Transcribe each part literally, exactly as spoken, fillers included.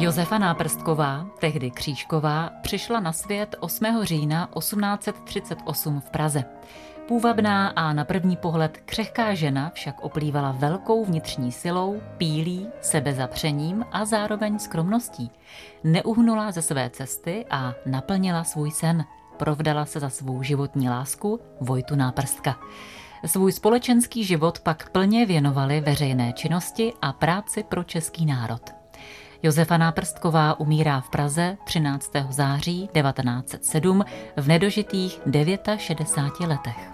Josefa Náprstková, tehdy Křížková, přišla na svět osmého října osmnáct set třicet osm v Praze. Půvabná a na první pohled křehká žena však oplývala velkou vnitřní silou, pílí, sebezapřením a zároveň skromností. Neuhnula ze své cesty a naplnila svůj sen. Provdala se za svou životní lásku Vojtu Náprstka. Svůj společenský život pak plně věnovali veřejné činnosti a práci pro český národ. Josefa Náprstková umírá v Praze třináctého září devatenáct set sedm v nedožitých šedesáti devíti letech.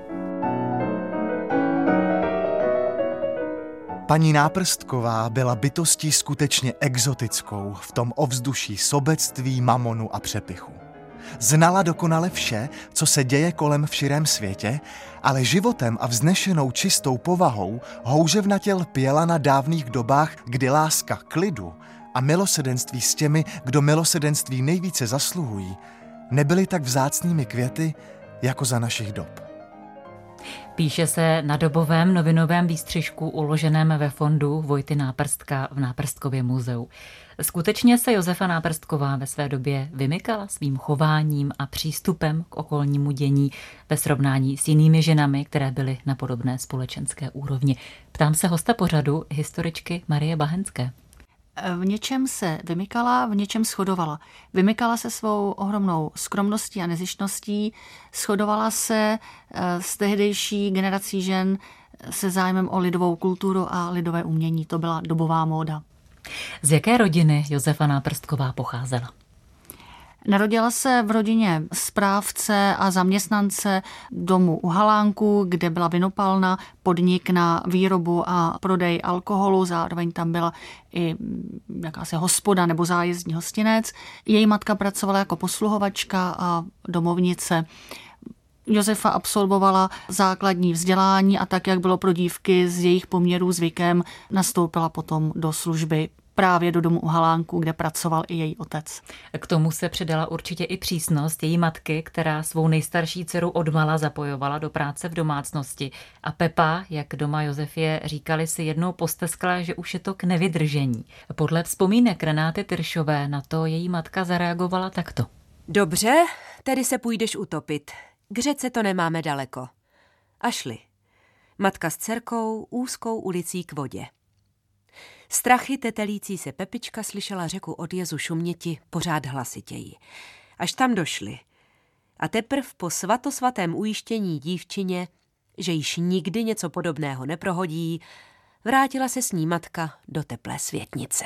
Paní Náprstková byla bytostí skutečně exotickou v tom ovzduší sobectví, mamonu a přepichu. Znala dokonale vše, co se děje kolem v širém světě, ale životem a vznešenou čistou povahou houževnatě lpěla na dávných dobách, kdy láska klidu a milosedenství s těmi, kdo milosedenství nejvíce zasluhují, nebyly tak vzácnými květy jako za našich dob. Píše se na dobovém novinovém výstřižku uloženém ve fondu Vojty Náprstka v Náprstkově muzeu. Skutečně se Josefa Náprstková ve své době vymykala svým chováním a přístupem k okolnímu dění ve srovnání s jinými ženami, které byly na podobné společenské úrovni. Ptám se hosta pořadu, historičky Marie Bahenské. V něčem se vymykala, v něčem shodovala. Vymykala se svou ohromnou skromností a nezištností, shodovala se s tehdejší generací žen se zájmem o lidovou kulturu a lidové umění. To byla dobová móda. Z jaké rodiny Josefa Náprstková pocházela? Narodila se v rodině správce a zaměstnance domu u Halánku, kde byla vinopalna, podnik na výrobu a prodej alkoholu, zároveň tam byla i jakási hospoda nebo zájezdní hostinec. Její matka pracovala jako posluhovačka a domovnice. Josefa absolvovala základní vzdělání a tak, jak bylo pro dívky z jejich poměrů zvykem, nastoupila potom do služby právě do domu u Halánku, kde pracoval i její otec. K tomu se přidala určitě i přísnost její matky, která svou nejstarší dceru odmala zapojovala do práce v domácnosti. A Pepa, jak doma Josefě říkali, si jednou posteskla, že už je to k nevydržení. Podle vzpomínek Renáty Tyršové na to její matka zareagovala takto. Dobře, tedy se půjdeš utopit. K řece to nemáme daleko. A šli. Matka s dcerkou úzkou ulicí k vodě. Strachy tetelící se Pepička slyšela řeku od jezu šuměti pořád hlasitěji. Až tam došli. A teprv po svatosvatém ujištění dívčině, že již nikdy něco podobného neprohodí, vrátila se s ní matka do teplé světnice.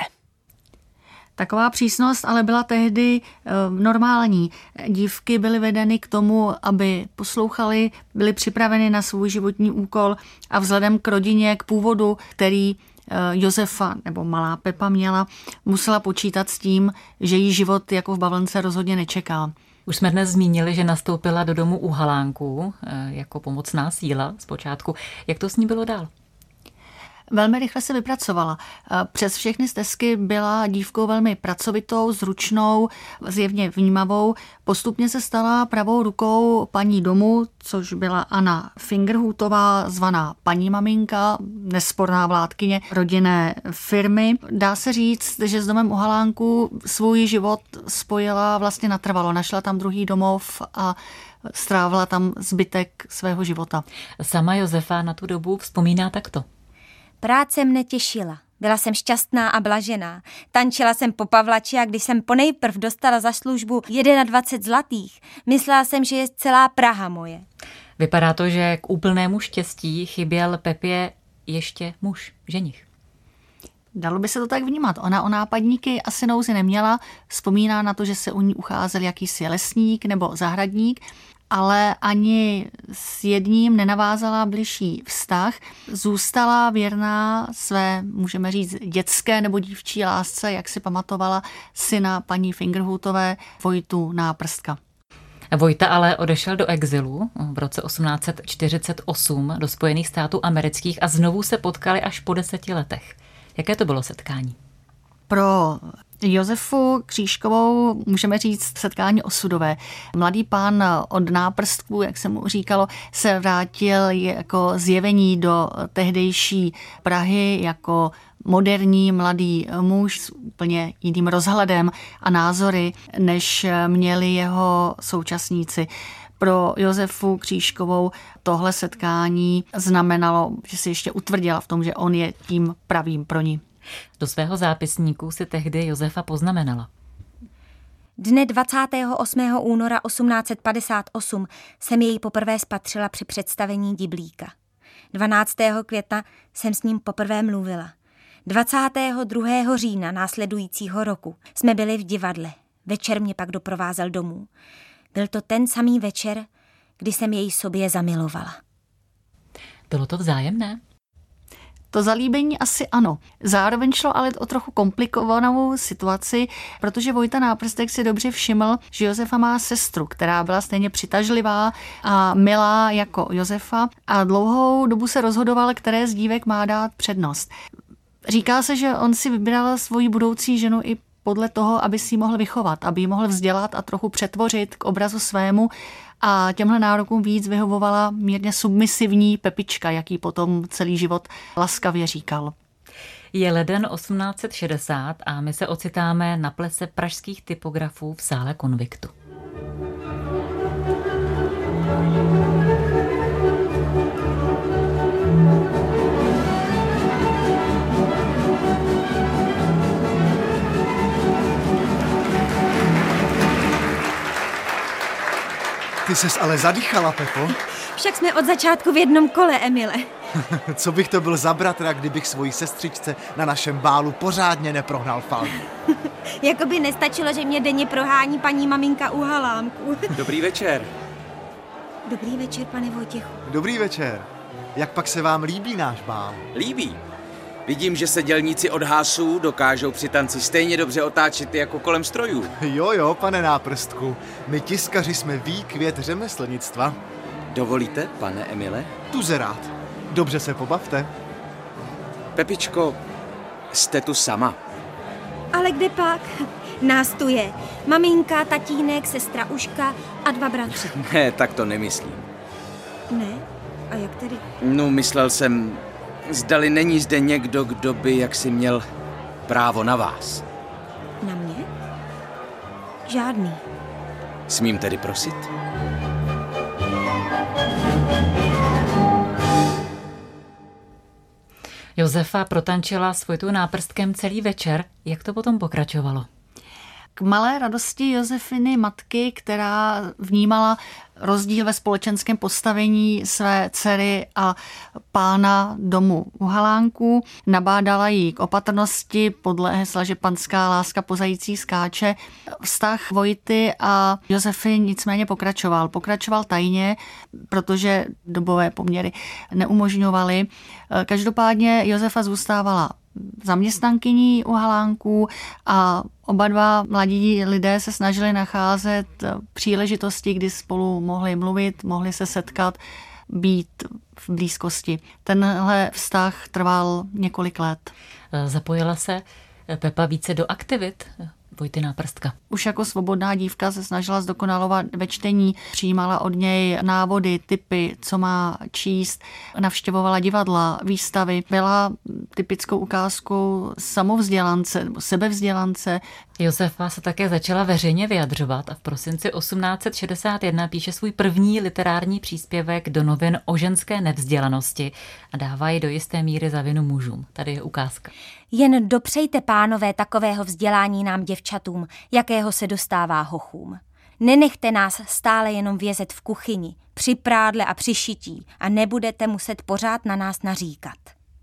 Taková přísnost ale byla tehdy e, normální. Dívky byly vedeny k tomu, aby poslouchali, byly připraveny na svůj životní úkol a vzhledem k rodině, k původu, který Josefa nebo malá Pepa měla, musela počítat s tím, že jí život jako v bavlnce rozhodně nečeká. Už jsme dnes zmínili, že nastoupila do domu u Halánku jako pomocná síla zpočátku. Jak to s ní bylo dál? Velmi rychle se vypracovala. Přes všechny stezky byla dívkou velmi pracovitou, zručnou, zjevně vnímavou. Postupně se stala pravou rukou paní domu, což byla Anna Fingerhutová, zvaná paní maminka, nesporná vládkyně rodinné firmy. Dá se říct, že s domem u Halánku svůj život spojila vlastně natrvalo. Našla tam druhý domov a strávila tam zbytek svého života. Sama Josefa na tu dobu vzpomíná takto. Práce mne těšila. Byla jsem šťastná a blažená. Tančila jsem po Pavlači a když jsem ponejprv dostala za službu dvacet jedna zlatých, myslela jsem, že je celá Praha moje. Vypadá to, že k úplnému štěstí chyběl Pepě ještě muž, ženich. Dalo by se to tak vnímat. Ona o nápadníky asi nouzi neměla. Vzpomíná na to, že se u ní ucházel jakýsi lesník nebo zahradník, ale ani s jedním nenavázala bližší vztah. Zůstala věrná své, můžeme říct, dětské nebo dívčí lásce, jak si pamatovala syna paní Fingerhutové, Vojtu Náprstka. Vojta ale odešel do exilu v roce osmnáct set čtyřicet osm do Spojených států amerických a znovu se potkali až po deseti letech. Jaké to bylo setkání? Pro Josefu Křížkovou můžeme říct setkání osudové. Mladý pán od Náprstků, jak se mu říkalo, se vrátil jako zjevení do tehdejší Prahy jako moderní mladý muž s úplně jiným rozhledem a názory, než měli jeho současníci. Pro Josefu Křížkovou tohle setkání znamenalo, že se ještě utvrdila v tom, že on je tím pravým pro ní. Do svého zápisníku si tehdy Josefa poznamenala. Dne dvacátého osmého února osmnáct set padesát osm jsem jej poprvé spatřila při představení Diblíka. dvanáctého května jsem s ním poprvé mluvila. dvacátého druhého října následujícího roku jsme byli v divadle. Večer mě pak doprovázel domů. Byl to ten samý večer, kdy jsem jej sobě zamilovala. Bylo to vzájemné? To zalíbení asi ano. Zároveň šlo ale o trochu komplikovanou situaci, protože Vojta Náprstek si dobře všiml, že Josefa má sestru, která byla stejně přitažlivá a milá jako Josefa a dlouhou dobu se rozhodoval, které z dívek má dát přednost. Říká se, že on si vybral svoji budoucí ženu i podle toho, aby si ji mohl vychovat, aby ji mohl vzdělat a trochu přetvořit k obrazu svému a těmhle nárokům víc vyhovovala mírně submisivní Pepička, jaký potom celý život laskavě říkal. Je leden osmnáct set šedesát a my se ocitáme na plese pražských typografů v sále Konviktu. Ty ses ale zadýchala, Pepo. Však jsme od začátku v jednom kole, Emile. Co bych to byl za bratra, kdybych svojí sestřičce na našem bálu pořádně neprohnal falku. Jakoby nestačilo, že mě denně prohání paní maminka u halámku. Dobrý večer. Dobrý večer, pane Vojtěchu. Dobrý večer. Jak pak se vám líbí náš bál? Líbí. Vidím, že se dělníci od hásů dokážou při tanci stejně dobře otáčet jako kolem strojů. Jo, jo, pane Náprstku. My tiskaři jsme výkvět řemeslnictva. Dovolíte, pane Emile? Tuze rád. Dobře se pobavte. Pepičko, jste tu sama? Ale kde pak? Nás tu je. Maminka, tatínek, sestra Uška a dva bratři. Ne, tak to nemyslím. Ne? A jak tedy? No, myslel jsem, zdali není zde někdo, kdo by jaksi měl právo na vás. Na mě? Žádný. Smím tedy prosit? Josefa protančila s Vojtou Náprstkem celý večer. Jak to potom pokračovalo? K malé radosti Josefiny matky, která vnímala rozdíl ve společenském postavení své dcery a pána domu u Halánků, nabádala jí k opatrnosti podle hesla, že panská láska pozající skáče. Vztah Vojty a Josefy nicméně pokračoval. Pokračoval tajně, protože dobové poměry neumožňovaly. Každopádně Josefa zůstávala zaměstnankyní u Halánků a oba dva mladí lidé se snažili nacházet příležitosti, kdy spolu mohli mluvit, mohli se setkat, být v blízkosti. Tenhle vztah trval několik let. Zapojila se Pepa více do aktivit Vojty Náprstka? Už jako svobodná dívka se snažila zdokonalovat ve čtení, přijímala od něj návody, tipy, co má číst, navštěvovala divadla, výstavy, byla typickou ukázkou samovzdělance nebo sebevzdělance. Josefa se také začala veřejně vyjadřovat a v prosinci osmnáct set šedesát jedna píše svůj první literární příspěvek do novin o ženské nevzdělanosti a dává ji do jisté míry za vinu mužům. Tady je ukázka. Jen dopřejte, pánové, takového vzdělání nám děvčatům, jakého se dostává hochům. Nenechte nás stále jenom vězet v kuchyni, při prádle a při šití a nebudete muset pořád na nás naříkat.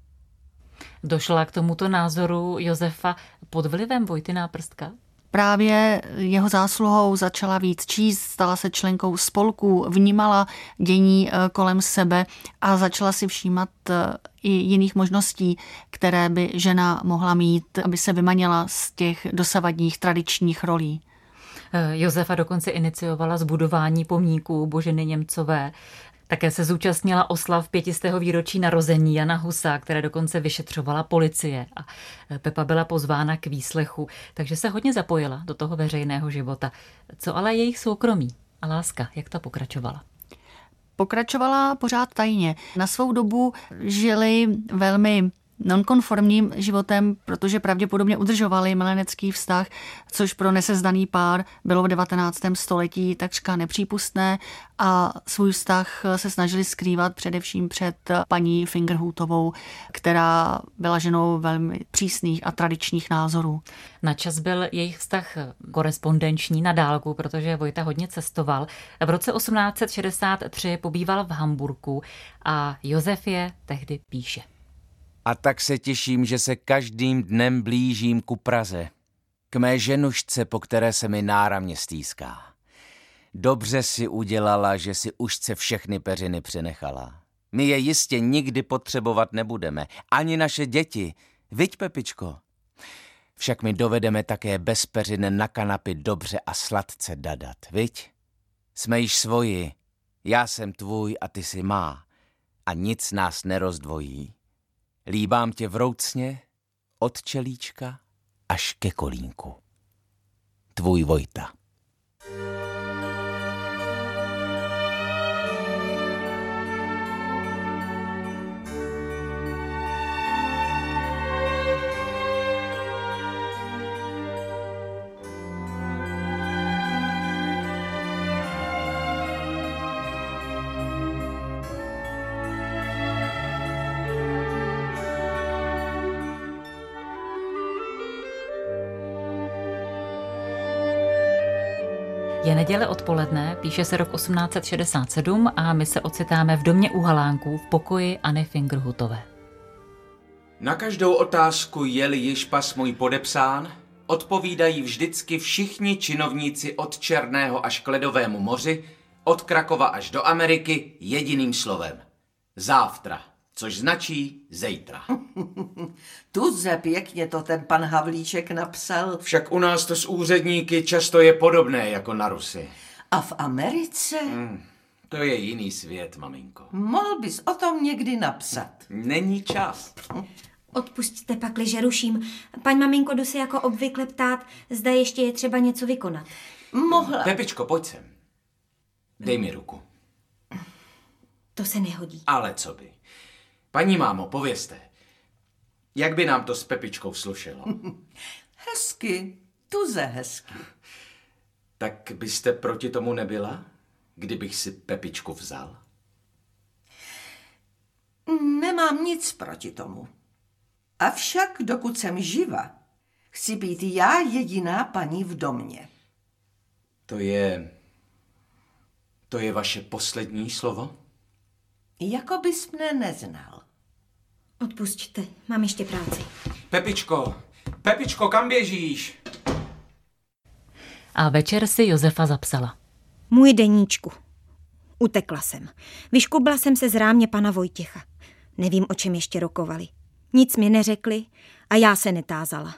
Došla k tomuto názoru Josefa pod vlivem Vojty Náprstka? Právě jeho zásluhou začala víc číst, stala se členkou spolků, vnímala dění kolem sebe a začala si všímat i jiných možností, které by žena mohla mít, aby se vymanila z těch dosavadních tradičních rolí. Josefa dokonce iniciovala zbudování pomníků Boženy Němcové. Také se zúčastnila oslav pětistého výročí narození Jana Husa, které dokonce vyšetřovala policie. A Pepa byla pozvána k výslechu, takže se hodně zapojila do toho veřejného života. Co ale jejich soukromí a láska, jak ta pokračovala? Pokračovala pořád tajně. Na svou dobu žili velmi nonkonformním životem, protože pravděpodobně udržovali milenecký vztah, což pro nesezdaný pár bylo v devatenáctém století takřka nepřípustné a svůj vztah se snažili skrývat především před paní Fingerhutovou, která byla ženou velmi přísných a tradičních názorů. Načas byl jejich vztah korespondenční na dálku, protože Vojta hodně cestoval. V roce osmnáct set šedesát tři pobýval v Hamburku a Josef je tehdy píše. A tak se těším, že se každým dnem blížím ku Praze. K mé ženušce, po které se mi náramně stýská. Dobře si udělala, že si užce všechny peřiny přenechala. My je jistě nikdy potřebovat nebudeme. Ani naše děti. Viď, Pepičko? Však my dovedeme také bez peřiny na kanapy dobře a sladce dadat. Viď? Jsme již svoji. Já jsem tvůj a ty jsi má. A nic nás nerozdvojí. Líbám tě vroucně, od čelíčka až ke kolínku. Tvůj Vojta. Je neděle odpoledne, píše se rok osmnáct set šedesát sedm a my se ocitáme v domě u Halánků v pokoji Anny Fingerhutové. Na každou otázku, je-li již pas můj podepsán, odpovídají vždycky všichni činovníci od Černého až k Ledovému moři, od Krakova až do Ameriky jediným slovem. Závtra, což značí zejtra. Tuze pěkně to ten pan Havlíček napsal. Však u nás to s úředníky často je podobné jako na Rusy. A v Americe? Hmm, to je jiný svět, maminko. Mohl bys o tom někdy napsat. Není čas. Odpusťte pakliže ruším. Paň maminko, jdu se jako obvykle ptát, zda ještě je třeba něco vykonat. Mohla. Pepičko, pojď sem. Dej mi ruku. To se nehodí. Ale co by? Paní mámo, povězte. Jak by nám to s Pepičkou slušelo? Hezky. Tuze hezky. Tak byste proti tomu nebyla, kdybych si Pepičku vzal? Nemám nic proti tomu. Avšak dokud jsem živa, chci být já jediná paní v domě. To je... To je vaše poslední slovo? Jako bys mne neznal. Odpusťte, mám ještě práci. Pepičko, Pepičko, kam běžíš? A večer si Josefa zapsala. Můj deníčku. Utekla jsem. Vyškubla jsem se z rámě pana Vojtěcha. Nevím, o čem ještě rokovali. Nic mi neřekli a já se netázala.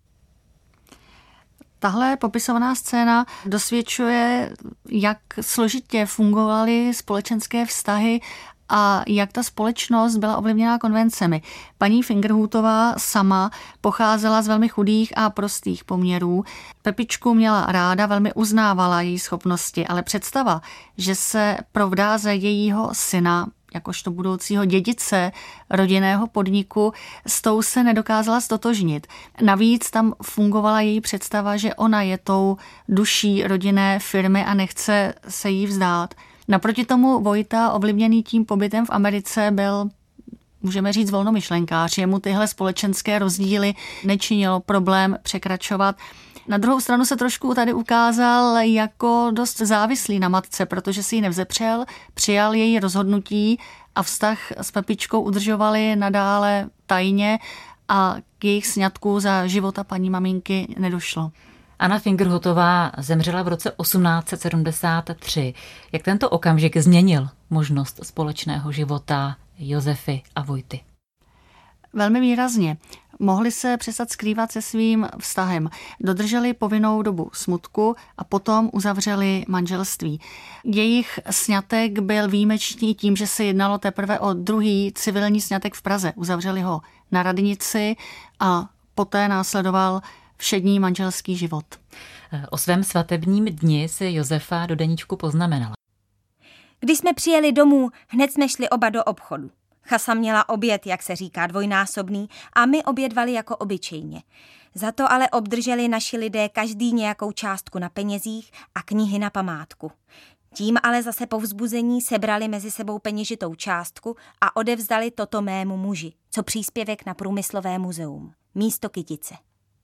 Tahle popisovaná scéna dosvědčuje, jak složitě fungovaly společenské vztahy a jak ta společnost byla ovlivněná konvencemi. Paní Fingerhutová sama pocházela z velmi chudých a prostých poměrů. Pepičku měla ráda, velmi uznávala její schopnosti, ale představa, že se provdá za jejího syna, jakožto budoucího dědice rodinného podniku, s tou se nedokázala stotožnit. Navíc tam fungovala její představa, že ona je tou duší rodinné firmy a nechce se jí vzdát. Naproti tomu Vojta, ovlivněný tím pobytem v Americe, byl, můžeme říct, volnomyšlenkář. Jemu tyhle společenské rozdíly nečinilo problém překračovat. Na druhou stranu se trošku tady ukázal jako dost závislý na matce, protože si ji nevzepřel, přijal její rozhodnutí a vztah s Pepičkou udržovali nadále tajně a k jejich sňatku za života paní maminky nedošlo. Anna Fingerhutová zemřela v roce osmnáct set sedmdesát tři. Jak tento okamžik změnil možnost společného života Josefy a Vojty? Velmi výrazně. Mohli se přestat skrývat se svým vztahem. Dodrželi povinnou dobu smutku a potom uzavřeli manželství. Jejich sňatek byl výjimečný tím, že se jednalo teprve o druhý civilní sňatek v Praze. Uzavřeli ho na radnici a poté následoval všední manželský život. O svém svatebním dni si Josefa do deníčku poznamenala. Když jsme přijeli domů, hned jsme šli oba do obchodu. Chasa měla oběd, jak se říká, dvojnásobný a my obědvali jako obyčejně. Za to ale obdrželi naši lidé každý nějakou částku na penězích a knihy na památku. Tím ale zase povzbuzení sebrali mezi sebou peněžitou částku a odevzdali toto mému muži, co příspěvek na průmyslové muzeum, místo kytice.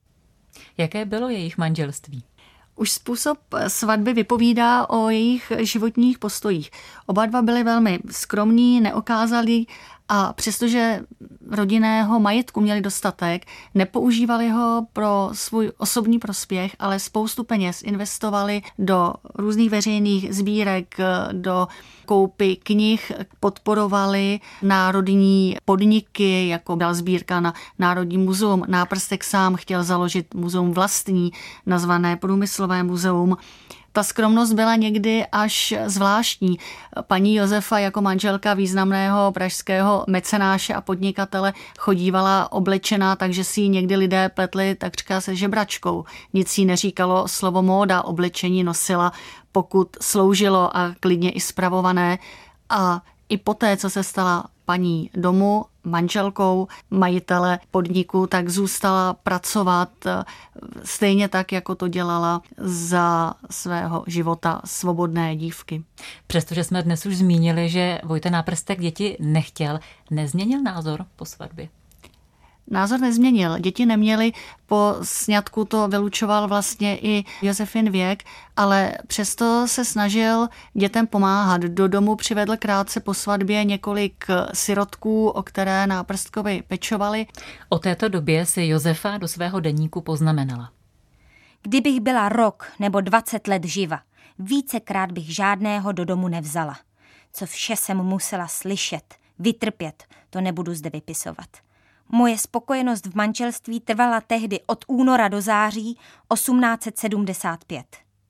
Jaké bylo jejich manželství? Už způsob svatby vypovídá o jejich životních postojích. Oba dva byli velmi skromní, neokázalí a přestože rodinného majetku měli dostatek, nepoužívali ho pro svůj osobní prospěch, ale spoustu peněz investovali do různých veřejných sbírek, do koupy knih, podporovali národní podniky, jako byla sbírka na Národní muzeum. Náprstek sám chtěl založit muzeum vlastní, nazvané Průmyslové muzeum. Ta skromnost byla někdy až zvláštní. Paní Josefa jako manželka významného pražského mecenáše a podnikatele chodívala oblečená, takže si ji někdy lidé pletli takřka se žebračkou. Nic jí neříkalo slovo móda, oblečení nosila, pokud sloužilo a klidně i spravované. A i poté, co se stala paní domu, manželkou majitele podniku, tak zůstala pracovat stejně tak, jako to dělala za svého života svobodné dívky. Přestože jsme dnes už zmínili, že Vojta Náprstek děti nechtěl, nezměnil názor po svatbě? Názor nezměnil. Děti neměly, po sňatku to vylučoval vlastně i Josefin věk, ale přesto se snažil dětem pomáhat. Do domu přivedl krátce po svatbě několik sirotků, o které Náprstkovi pečovali. O této době si Josefa do svého deníku poznamenala. Kdybych byla rok nebo dvacet let živa, vícekrát bych žádného do domu nevzala. Co vše jsem musela slyšet, vytrpět, to nebudu zde vypisovat. Moje spokojenost v manželství trvala tehdy od února do září osmnáct set sedmdesát pět.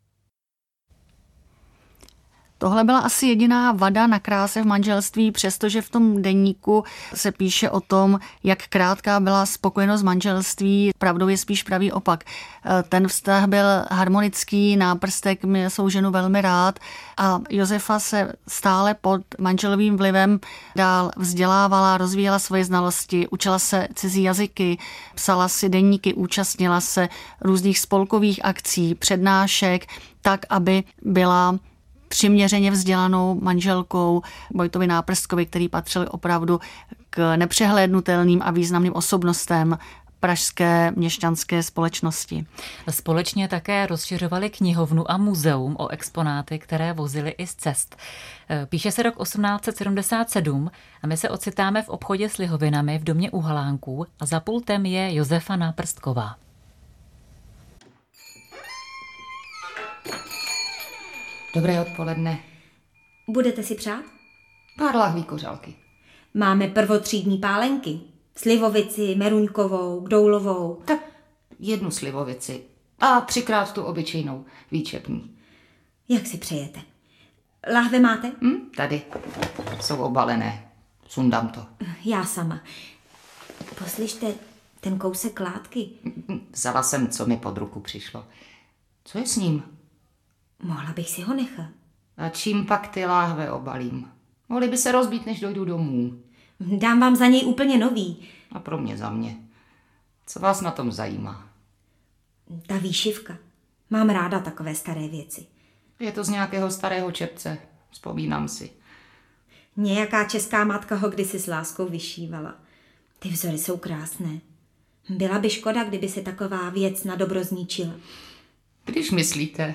Tohle byla asi jediná vada na kráse v manželství, přestože v tom deníku se píše o tom, jak krátká byla spokojenost manželství. Pravdou je spíš pravý opak. Ten vztah byl harmonický, Náprstek měl svou ženu velmi rád a Josefa se stále pod manželovým vlivem dál vzdělávala, rozvíjela svoje znalosti, učila se cizí jazyky, psala si deníky, účastnila se různých spolkových akcí, přednášek, tak, aby byla přiměřeně vzdělanou manželkou Vojtovi Náprstkovi, který patřil opravdu k nepřehlédnutelným a významným osobnostem pražské měšťanské společnosti. Společně také rozšiřovali knihovnu a muzeum o exponáty, které vozili i z cest. Píše se rok osmnáct set sedmdesát sedm a my se ocitáme v obchodě s lihovinami v domě u Halánků a za pultem je Josefa Náprstková. Dobré odpoledne. Budete si přát? Pár lahví kořalky. Máme prvotřídní pálenky. Slivovici, meruňkovou, doulovou. Tak jednu slivovici a třikrát tu obyčejnou výčepní. Jak si přejete? Lahve máte? Hm, tady. Jsou obalené. Sundám to. Já sama. Poslyšte, ten kousek látky. Vzala jsem, co mi pod ruku přišlo. Co je s ním? Mohla bych si ho nechat. A čím pak ty láhve obalím? Mohli by se rozbít, než dojdu domů. Dám vám za něj úplně nový. A pro mě za mě. Co vás na tom zajímá? Ta výšivka. Mám ráda takové staré věci. Je to z nějakého starého čepce. Vzpomínám si. Nějaká česká matka ho kdysi s láskou vyšívala. Ty vzory jsou krásné. Byla by škoda, kdyby se taková věc na dobro zničila. Když myslíte...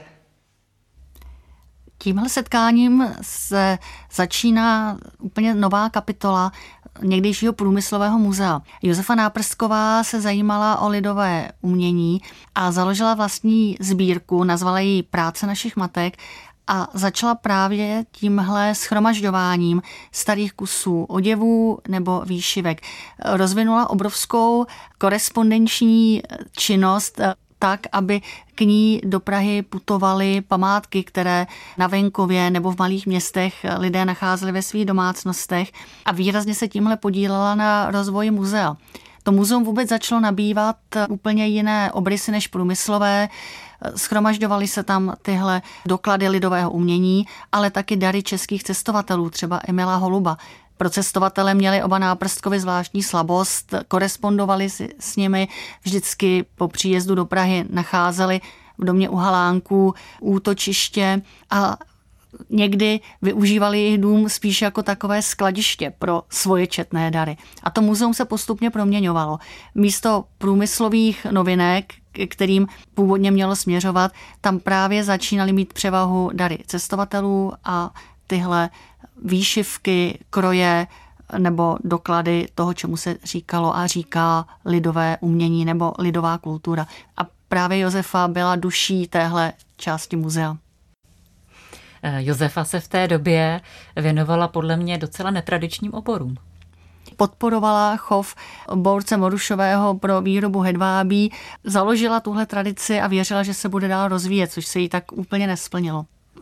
Tímhle setkáním se začíná úplně nová kapitola někdejšího průmyslového muzea. Josefa Náprstková se zajímala o lidové umění a založila vlastní sbírku, nazvala ji Práce našich matek a začala právě tímhle shromažďováním starých kusů oděvů nebo výšivek. Rozvinula obrovskou korespondenční činnost tak, aby k ní do Prahy putovaly památky, které na venkově nebo v malých městech lidé nacházeli ve svých domácnostech a výrazně se tímhle podílela na rozvoji muzea. To muzeum vůbec začalo nabývat úplně jiné obrysy než průmyslové. Shromažďovaly se tam tyhle doklady lidového umění, ale taky dary českých cestovatelů, třeba Emila Holuba. Pro cestovatele měli oba náprstkovi zvláštní slabost, korespondovali si s nimi, vždycky po příjezdu do Prahy nacházeli v domě u Halánků útočiště a někdy využívali jejich dům spíš jako takové skladiště pro svoje četné dary. A to muzeum se postupně proměňovalo. Místo průmyslových novinek, kterým původně mělo směřovat, tam právě začínaly mít převahu dary cestovatelů a tyhle výšivky, kroje nebo doklady toho, čemu se říkalo a říká lidové umění nebo lidová kultura. A právě Josefa byla duší téhle části muzea. Josefa se v té době věnovala podle mě docela netradičním oborům. Podporovala chov borce morušového pro výrobu hedvábí, založila tuhle tradici a věřila, že se bude dál rozvíjet, což se jí tak úplně nesplnilo.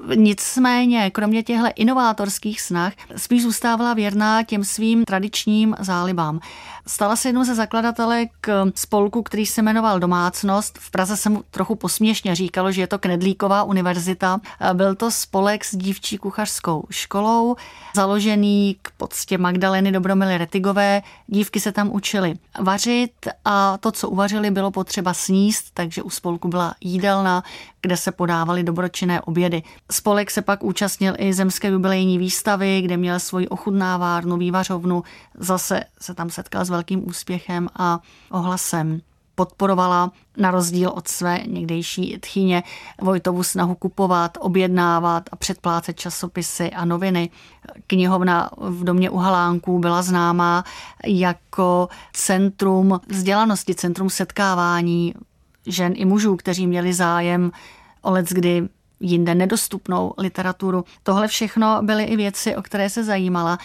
Nicméně, kromě těchto inovátorských snah, spíš zůstávala věrná těm svým tradičním zálibám. Stala se jednou ze zakladatelek spolku, který se jmenoval Domácnost. V Praze se mu trochu posměšně říkalo, že je to Knedlíková univerzita. Byl to spolek s dívčí kuchařskou školou, založený k poctě Magdaleny Dobromily Retigové. Dívky se tam učily vařit a to, co uvařili, bylo potřeba sníst, takže u spolku byla jídelna, kde se podávaly dobročinné obědy. Spolek se pak účastnil i zemské jubilejní výstavy, kde měl svoji ochutnávárnu, vývařovnu. Zase se tam setkal s velkým úspěchem a ohlasem. Podporovala na rozdíl od své někdejší tchyně Vojtovu snahu kupovat, objednávat a předplácet časopisy a noviny. Knihovna v domě u Halánků byla známá jako centrum vzdělanosti, centrum setkávání žen i mužů, kteří měli zájem o leckdy jinde nedostupnou literaturu. Tohle všechno byly i věci, o které se zajímala.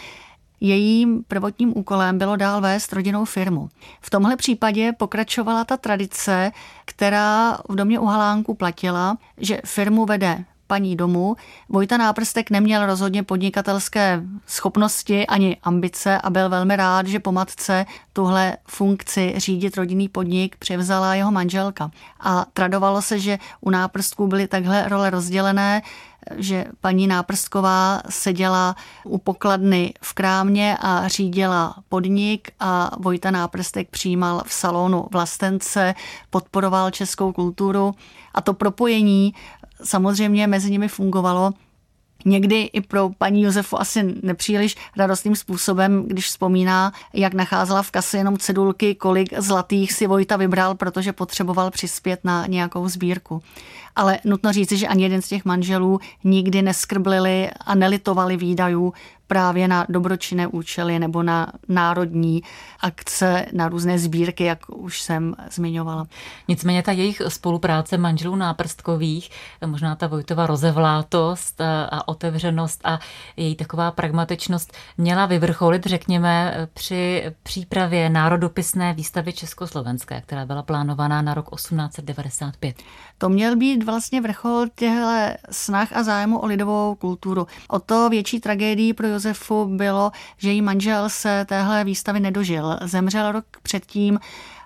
Jejím prvotním úkolem bylo dál vést rodinnou firmu. V tomhle případě pokračovala ta tradice, která v domě u Halánků platila, že firmu vede paní domu. Vojta Náprstek neměl rozhodně podnikatelské schopnosti ani ambice a byl velmi rád, že po matce tuhle funkci řídit rodinný podnik převzala jeho manželka. A tradovalo se, že u Náprstků byly takhle role rozdělené, že paní Náprstková seděla u pokladny v krámě a řídila podnik a Vojta Náprstek přijímal v salonu Vlastence, podporoval českou kulturu a to propojení samozřejmě mezi nimi fungovalo. Někdy i pro paní Josefu asi nepříliš radostným způsobem, když vzpomíná, jak nacházela v kase jenom cedulky, kolik zlatých si Vojta vybral, protože potřeboval přispět na nějakou sbírku. Ale nutno říci, že ani jeden z těch manželů nikdy neskrblili a nelitovali výdajů právě na dobročinné účely nebo na národní akce, na různé sbírky, jak už jsem zmiňovala. Nicméně ta jejich spolupráce manželů Náprstkových, možná ta Vojtova rozevlátost a otevřenost a její taková pragmatičnost měla vyvrcholit, řekněme, při přípravě národopisné výstavy československé, která byla plánovaná na rok osmnáct set devadesát pět. To měl být vlastně vrchol těchto snah a zájmu o lidovou kulturu. O to větší tragédií pro Josefu bylo, že její manžel se téhle výstavy nedožil. Zemřel rok předtím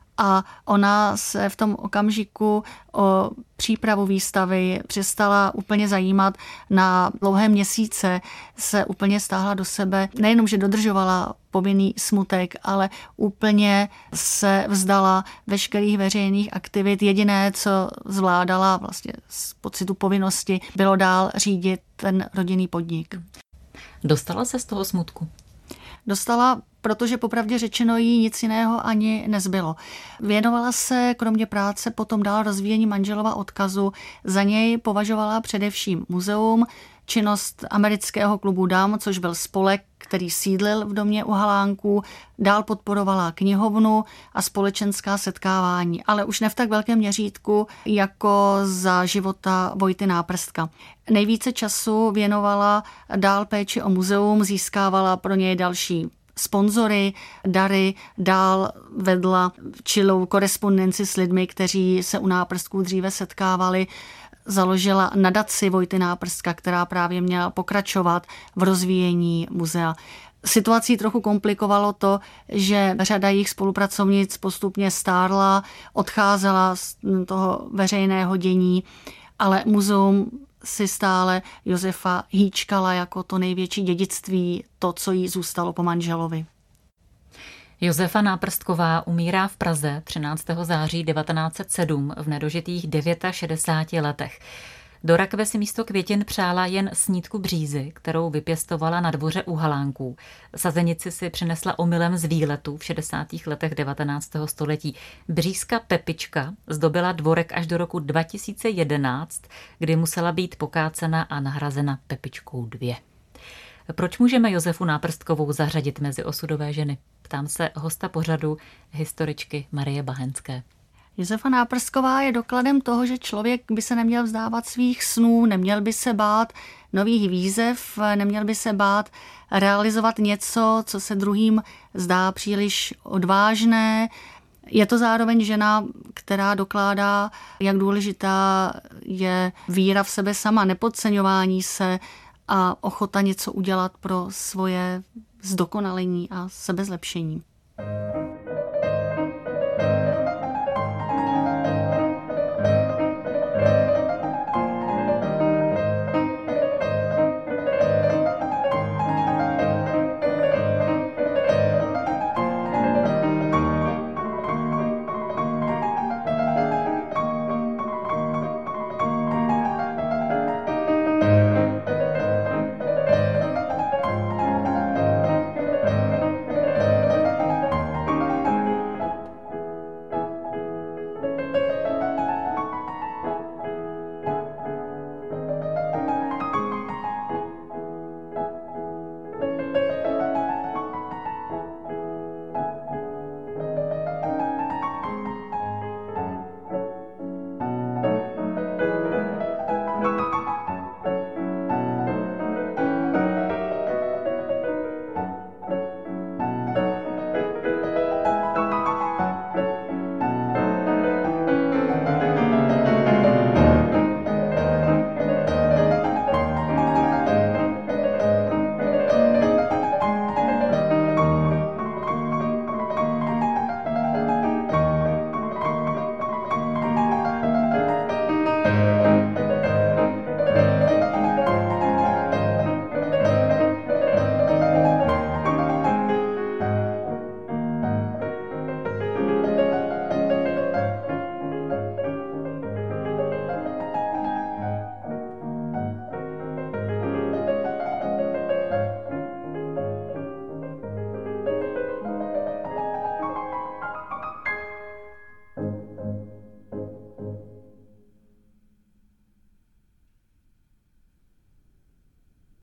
a ona se v tom okamžiku o přípravu výstavy přestala úplně zajímat. Na dlouhé měsíce se úplně stáhla do sebe. Nejenom, že dodržovala povinný smutek, ale úplně se vzdala veškerých veřejných aktivit. Jediné, co zvládala vlastně z pocitu povinnosti, bylo dál řídit ten rodinný podnik. Dostala se z toho smutku? Dostala, protože popravdě řečeno jí nic jiného ani nezbylo. Věnovala se kromě práce potom dál rozvíjení manželova odkazu. Za něj považovala především muzeum, činnost amerického klubu dam, což byl spolek, který sídlil v domě u Halánků, dál podporovala knihovnu a společenská setkávání, ale už ne v tak velkém měřítku jako za života Vojty Náprstka. Nejvíce času věnovala dál péči o muzeum, získávala pro něj další sponzory, dary, dál vedla čilou korespondenci s lidmi, kteří se u Náprstků dříve setkávali. Založila nadaci Vojty Náprstka, která právě měla pokračovat v rozvíjení muzea. Situací trochu komplikovalo to, že řada jejich spolupracovnic postupně stárla, odcházela z toho veřejného dění, ale muzeum si stále Josefa hýčkala jako to největší dědictví, to, co jí zůstalo po manželovi. Josefa Náprstková umírá v Praze třináctého září devatenáct set sedm v nedožitých šedesáti devíti letech. Do rakve si místo květin přála jen snídku břízy, kterou vypěstovala na dvoře u Halánků. Sazenici si přinesla omylem z výletu v šedesátých letech devatenáctého století. Břízka Pepička zdobila dvorek až do roku dva tisíce jedenáct, kdy musela být pokácena a nahrazena Pepičkou dvě. Proč můžeme Josefu Náprstkovou zařadit mezi osudové ženy? Ptám se hosta pořadu, historičky Marie Bahenské. Josefa Náprstková je dokladem toho, že člověk by se neměl vzdávat svých snů, neměl by se bát nových výzev, neměl by se bát realizovat něco, co se druhým zdá příliš odvážné. Je to zároveň žena, která dokládá, jak důležitá je víra v sebe sama, nepodceňování se a ochota něco udělat pro svoje zdokonalení a sebezlepšení.